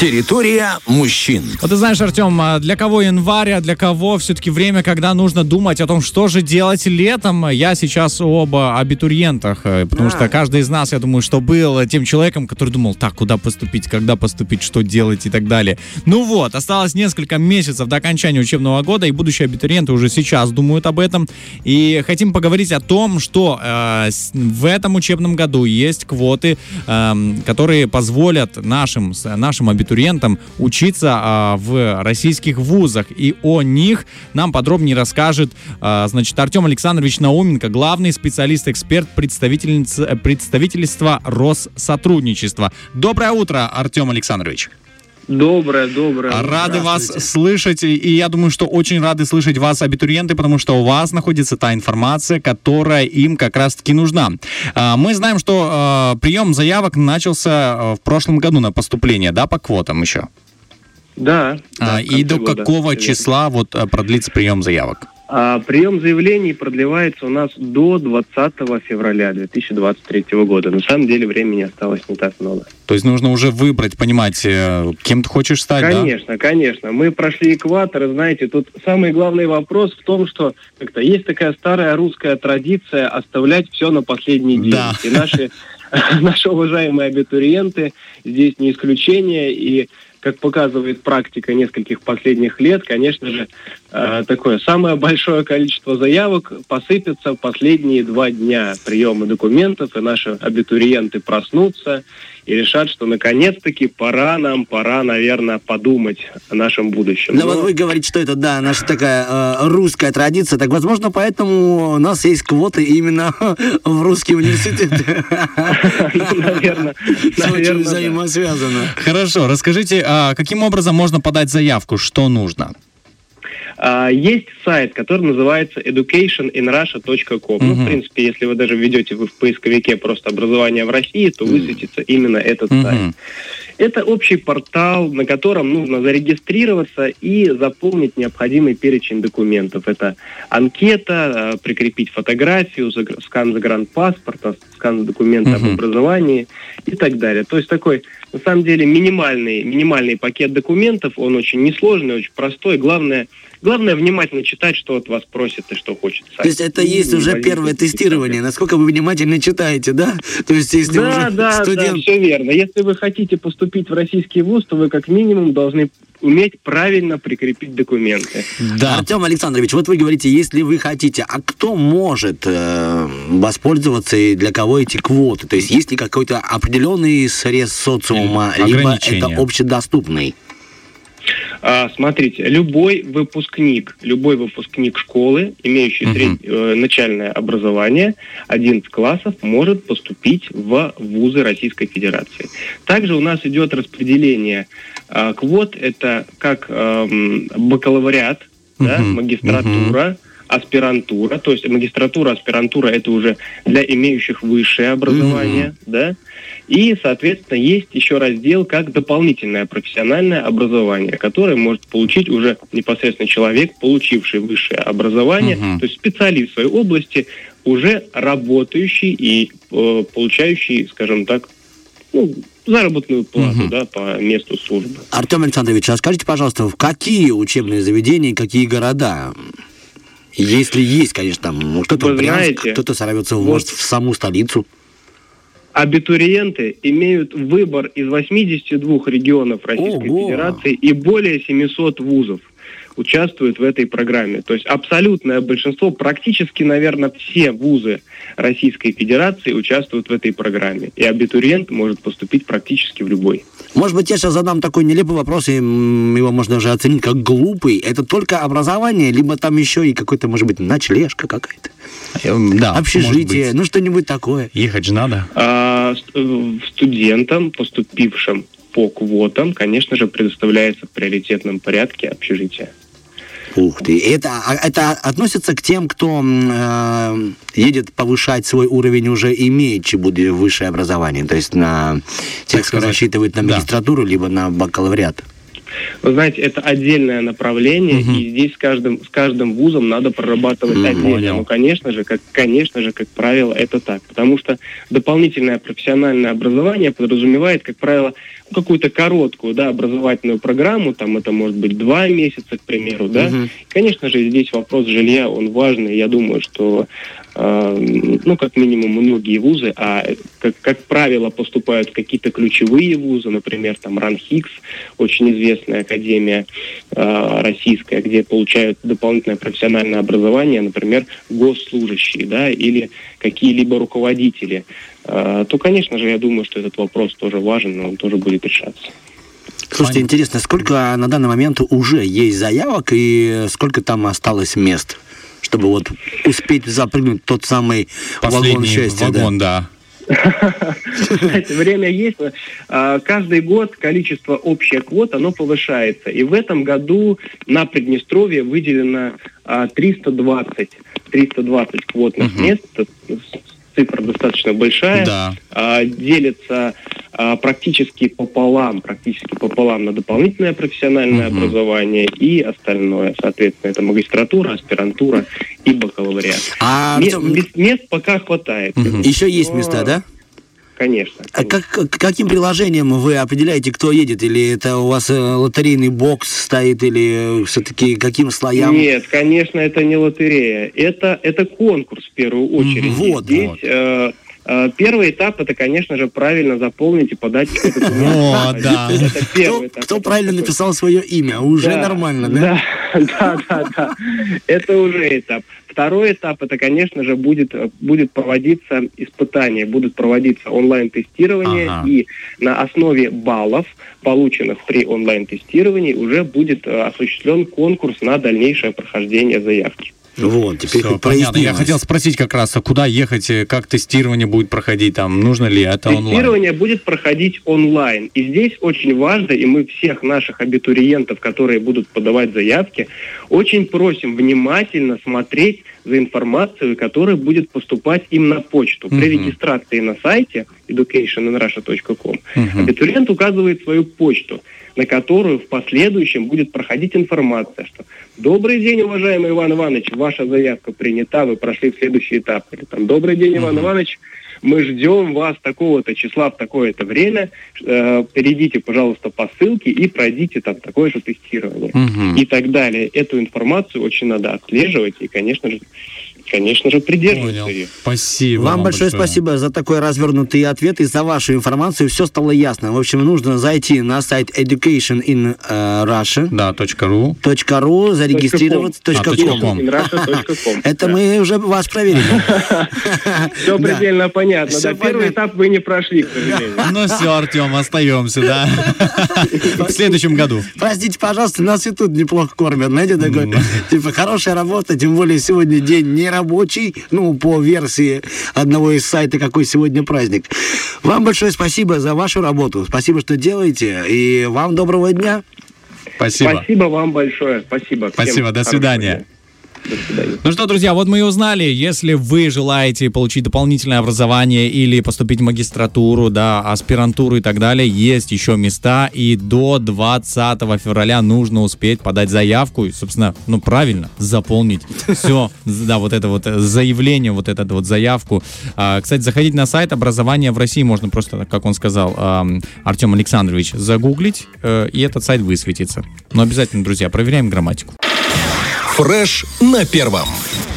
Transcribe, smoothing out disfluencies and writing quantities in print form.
Территория мужчин. Вот ты знаешь, Артем, для кого январь, а для кого все-таки время, когда нужно думать о том, что же делать летом. Я сейчас об абитуриентах, потому что каждый из нас, я думаю, что был тем человеком, который думал, так, куда поступить, когда поступить, что делать и так далее. Ну вот, осталось несколько месяцев до окончания учебного года, и будущие абитуриенты уже сейчас думают об этом. И хотим поговорить о том, что в этом учебном году есть квоты, которые позволят нашим абитуриентам учиться в российских вузах. И о них нам подробнее расскажет, Артем Александрович Науменко, главный специалист-эксперт представительства Россотрудничества. Доброе утро, Артем Александрович. Доброе. Рады вас слышать, и я думаю, что очень рады слышать вас, абитуриенты, потому что у вас находится та информация, которая им как раз-таки нужна. Мы знаем, что прием заявок начался в прошлом году на поступление, да, по квотам еще? Да. И до какого числа продлится прием заявок? Прием заявлений продлевается у нас до 20 февраля 2023 года. На самом деле времени осталось не так много. То есть нужно уже выбрать, понимать, кем ты хочешь стать, Конечно. Мы прошли экватор, и знаете, тут самый главный вопрос в том, что как-то есть такая старая русская традиция оставлять все на последний день. Да. И наши уважаемые абитуриенты здесь не исключение, и как показывает практика нескольких последних лет, конечно же, такое самое большое количество заявок посыпется в последние 2 дня приема документов, и наши абитуриенты проснутся и решат, что наконец-таки пора, наверное, подумать о нашем будущем. Да, вот вы говорите, что это, наша такая русская традиция, так, возможно, поэтому у нас есть квоты именно в русский университет. Наверное. Очень взаимосвязано. Хорошо, расскажите, каким образом можно подать заявку, что нужно? Есть сайт, который называется educationinrussia.com. В принципе, если вы даже введете в поисковике просто образование в России, то высветится именно этот сайт. Это общий портал, на котором нужно зарегистрироваться и заполнить необходимый перечень документов. Это анкета, прикрепить фотографию, скан загранпаспорта, скан документа об образовании и так далее. То есть такой, на самом деле, минимальный пакет документов, он очень несложный, очень простой. Главное внимательно читать, что от вас просят и что хочет сайт. То есть это есть уже первое тестирование, насколько вы внимательно читаете, да? То есть если студент... все верно. Если вы хотите поступить в российский вуз, то вы как минимум должны уметь правильно прикрепить документы. Да. Артем Александрович, вот вы говорите, если вы хотите, а кто может воспользоваться и для кого эти квоты? То есть есть ли какой-то определенный срез социума, либо это общедоступный? Смотрите, любой выпускник школы, имеющий начальное образование, 11 классов, может поступить в вузы Российской Федерации. Также у нас идет распределение квот, это как бакалавриат, магистратура, аспирантура, то есть магистратура, аспирантура это уже для имеющих высшее образование, да, и, соответственно, есть еще раздел как дополнительное профессиональное образование, которое может получить уже непосредственно человек, получивший высшее образование, то есть специалист в своей области, уже работающий и получающий, скажем так, заработную плату, по месту службы. Артем Александрович, расскажите, пожалуйста, в какие учебные заведения, какие города? Если есть, конечно, там кто-то Брянск, кто-то сорвется в саму столицу. Абитуриенты имеют выбор из 82 регионов Российской Федерации, и более 700 вузов участвуют в этой программе. То есть абсолютное большинство, практически, наверное, все вузы Российской Федерации участвуют в этой программе. И абитуриент может поступить практически в любой. Может быть, я сейчас задам такой нелепый вопрос, и его можно уже оценить как глупый. Это только образование, либо там еще и какой-то, может быть, ночлежка какая-то? Да, общежитие, что-нибудь такое. Ехать же надо. Студентам, поступившим по квотам, конечно же, предоставляется в приоритетном порядке общежитие. Ух ты. Это относится к тем, кто едет повышать свой уровень, уже имеючи высшее образование, то есть на тех, кто рассчитывает на магистратуру, либо на бакалавриат? Вы знаете, это отдельное направление, и здесь с каждым вузом надо прорабатывать отдельно. Ну, конечно же, как правило, это так. Потому что дополнительное профессиональное образование подразумевает, как правило, какую-то короткую, да, образовательную программу, там это может быть 2 месяца, к примеру, да. Конечно же, здесь вопрос жилья, он важный. Я думаю, что как минимум многие вузы, как правило, поступают в какие-то ключевые вузы, например, там РАНХИКС, очень известная академия российская, где получают дополнительное профессиональное образование, например, госслужащие, да, или какие-либо руководители, то, конечно же, я думаю, что этот вопрос тоже важен, но он тоже будет решаться. Слушайте, интересно, сколько на данный момент уже есть заявок и сколько там осталось мест, чтобы вот успеть запрыгнуть в тот самый вагон счастья? Вагон, да. Знаете, время есть. Каждый год количество общая квот, оно повышается. И в этом году на Приднестровье выделено 320 квотных мест. Цифра достаточно большая. Да. Делится практически пополам на дополнительное профессиональное образование и остальное. Соответственно, это магистратура, аспирантура и бакалавриат. Мест пока хватает. Еще есть места, да? Конечно. А каким приложением вы определяете, кто едет? Или это у вас лотерейный бокс стоит, или все-таки каким слоям? Нет, конечно, это не лотерея. Это конкурс в первую очередь. Здесь первый этап — это, конечно же, правильно заполнить и подать какой-то документ. Это первый этап. Кто правильно написал свое имя? Уже нормально, да? Да. Это уже этап. Второй этап — это, конечно же, будет проводиться испытание, будут проводиться онлайн-тестирование, и на основе баллов, полученных при онлайн-тестировании, уже будет осуществлен конкурс на дальнейшее прохождение заявки. Вот, теперь все понятно. Я хотел спросить как раз, куда ехать, как тестирование будет проходить, там, нужно ли это онлайн? Тестирование будет проходить онлайн. И здесь очень важно, и мы всех наших абитуриентов, которые будут подавать заявки, очень просим внимательно смотреть за информацией, которая будет поступать им на почту. При регистрации на сайте educationinrussia.com абитуриент указывает свою почту, на которую в последующем будет проходить информация, что «Добрый день, уважаемый Иван Иванович, ваша заявка принята, вы прошли в следующий этап». Или там «Добрый день, Иван Иванович, мы ждем вас такого-то числа в такое-то время, перейдите, пожалуйста, по ссылке и пройдите там такое же тестирование». И так далее. Эту информацию очень надо отслеживать и, конечно же, придерживаться ее. Спасибо. Вам большое спасибо за такой развернутый ответ и за вашу информацию. Все стало ясно. В общем, нужно зайти на сайт educationinrussia. Да, .ru, зарегистрироваться. .com. Это мы уже вас проверили. Все предельно понятно. Первый этап вы не прошли, к сожалению. Ну все, Артем, остаемся, да. В следующем году. Простите, пожалуйста, нас и тут неплохо кормят. Знаете, такой, типа, хорошая работа, тем более сегодня день не рабочий, по версии одного из сайтов, какой сегодня праздник. Вам большое спасибо за вашу работу. Спасибо, что делаете. И вам доброго дня. Спасибо. Спасибо вам большое. Спасибо. Спасибо. До свидания. До свидания. Ну что, друзья, вот мы и узнали, если вы желаете получить дополнительное образование или поступить в магистратуру, да, аспирантуру и так далее, есть еще места, и до 20 февраля нужно успеть подать заявку и, собственно, правильно, заполнить все, да, вот это вот заявление, вот эту вот заявку. Кстати, заходить на сайт образования в России можно просто, как он сказал, Артем Александрович, загуглить, и этот сайт высветится. Но обязательно, друзья, проверяем грамматику. Фреш на первом.